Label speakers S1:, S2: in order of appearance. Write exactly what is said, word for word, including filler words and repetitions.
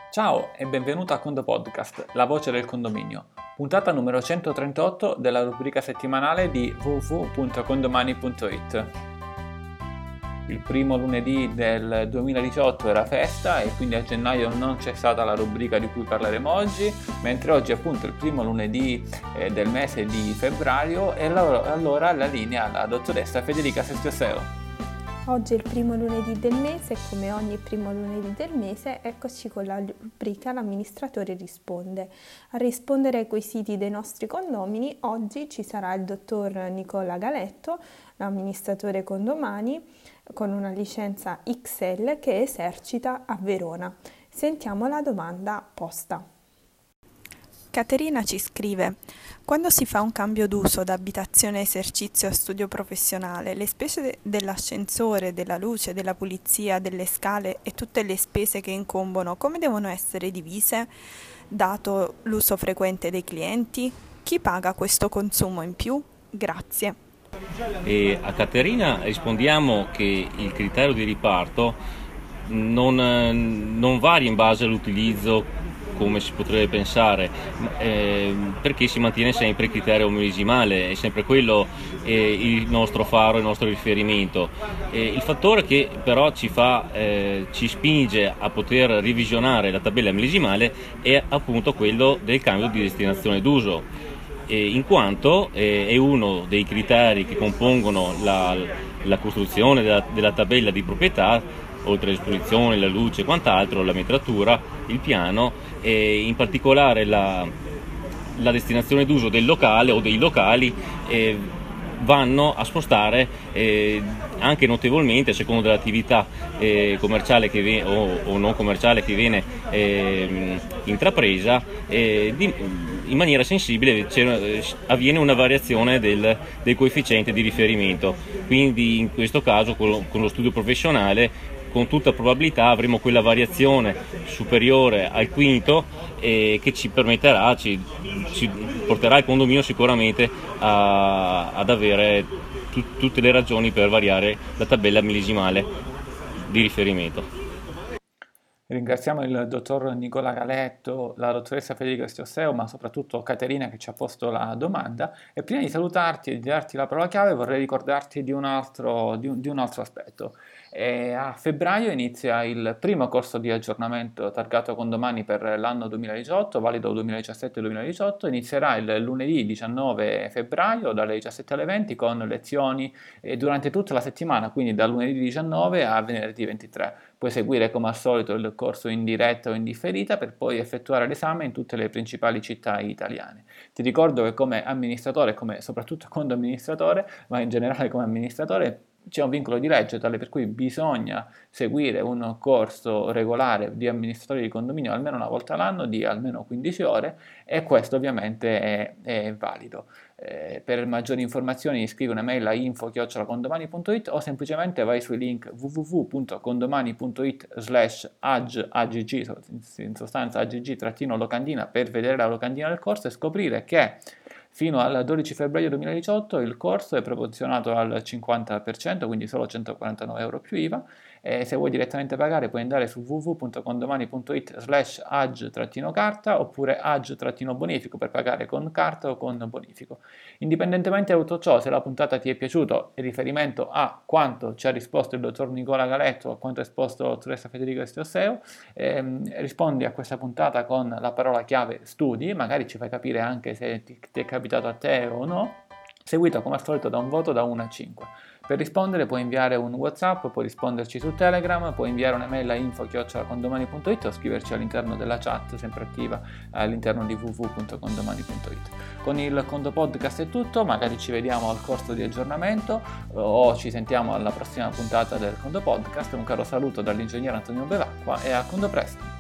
S1: Ciao e benvenuto a Condo Podcast, la voce del condominio, puntata numero centotrentotto della rubrica settimanale di w w w punto condomani punto i t. Il primo lunedì del duemiladiciotto era festa e quindi a gennaio non c'è stata la rubrica di cui parleremo oggi, mentre oggi è appunto il primo lunedì eh, del mese di febbraio e allora, allora la linea alla dottoressa Federica Sestioseo.
S2: Oggi è il primo lunedì del mese e come ogni primo lunedì del mese eccoci con la rubrica L'amministratore risponde. A rispondere ai quesiti dei nostri condomini oggi ci sarà il dottor Nicola Galetto, l'amministratore condomani con una licenza X L che esercita a Verona. Sentiamo la domanda posta.
S3: Caterina ci scrive: quando si fa un cambio d'uso da abitazione a esercizio a studio professionale, le spese dell'ascensore, della luce, della pulizia, delle scale e tutte le spese che incombono, come devono essere divise, dato l'uso frequente dei clienti? Chi paga questo consumo in più? Grazie.
S4: E a Caterina rispondiamo che il criterio di riparto non, non varia in base all'utilizzo come si potrebbe pensare, eh, perché si mantiene sempre il criterio millesimale, è sempre quello eh, il nostro faro, il nostro riferimento. Eh, il fattore che però ci fa, eh, ci spinge a poter revisionare la tabella millesimale è appunto quello del cambio di destinazione d'uso, eh, in quanto eh, è uno dei criteri che compongono la, la costruzione della, della tabella di proprietà, oltre all'esposizione, la luce e quant'altro, la metratura, il piano e in particolare la, la destinazione d'uso del locale o dei locali eh, vanno a spostare eh, anche notevolmente a seconda dell'attività eh, commerciale che viene, o, o non commerciale che viene eh, intrapresa, eh, di, in maniera sensibile avviene una variazione del, del coefficiente di riferimento. Quindi in questo caso con, con lo studio professionale con tutta probabilità avremo quella variazione superiore al quinto eh, che ci permetterà, ci, ci porterà il condominio sicuramente a, ad avere tu, tutte le ragioni per variare la tabella millesimale di riferimento.
S1: Ringraziamo il dottor Nicola Galetto, la dottoressa Federica Sestioseo, ma soprattutto Caterina che ci ha posto la domanda. E prima di salutarti e di darti la parola chiave vorrei ricordarti di un altro, di un, di un altro aspetto. E a febbraio inizia il primo corso di aggiornamento targato Condomani per l'anno duemiladiciotto, valido duemiladiciassette duemiladiciotto. Inizierà il lunedì diciannove febbraio dalle diciassette alle venti con lezioni eh, durante tutta la settimana, quindi da lunedì diciannove a venerdì ventitré. Puoi seguire come al solito il corso in diretta o in differita per poi effettuare l'esame in tutte le principali città italiane. Ti ricordo che come amministratore, come soprattutto condo amministratore, ma in generale come amministratore, c'è un vincolo di legge tale per cui bisogna seguire un corso regolare di amministratore di condominio almeno una volta all'anno di almeno quindici ore e questo ovviamente è, è valido. Eh, per maggiori informazioni scrivi un'email a info chiocciola condomani punto it o semplicemente vai sui link w w w punto condomani punto it slash agg, in sostanza agg-locandina per vedere la locandina del corso e scoprire che fino al dodici febbraio duemiladiciotto il corso è proporzionato al cinquanta per cento, quindi solo centoquarantanove euro più I V A, e se vuoi direttamente pagare puoi andare su w w w punto condomani punto it slash agg-carta oppure agg-bonifico per pagare con carta o con bonifico. Indipendentemente da tutto ciò, se la puntata ti è piaciuta in riferimento a quanto ci ha risposto il dottor Nicola Galetto, a quanto ha esposto la dottoressa Federica Sestioseo, ehm, rispondi a questa puntata con la parola chiave studi, magari ci fai capire anche se ti, ti è capitato a te o no, seguito come al solito da un voto da uno a cinque. Per rispondere puoi inviare un WhatsApp, puoi risponderci su Telegram, puoi inviare un'email a info chiocciola condomani punto it o scriverci all'interno della chat sempre attiva all'interno di w w w punto condomani punto it. Con il Condo Podcast è tutto, magari ci vediamo al corso di aggiornamento o ci sentiamo alla prossima puntata del Condo Podcast. Un caro saluto dall'ingegnere Antonio Bevacqua e a Condo presto!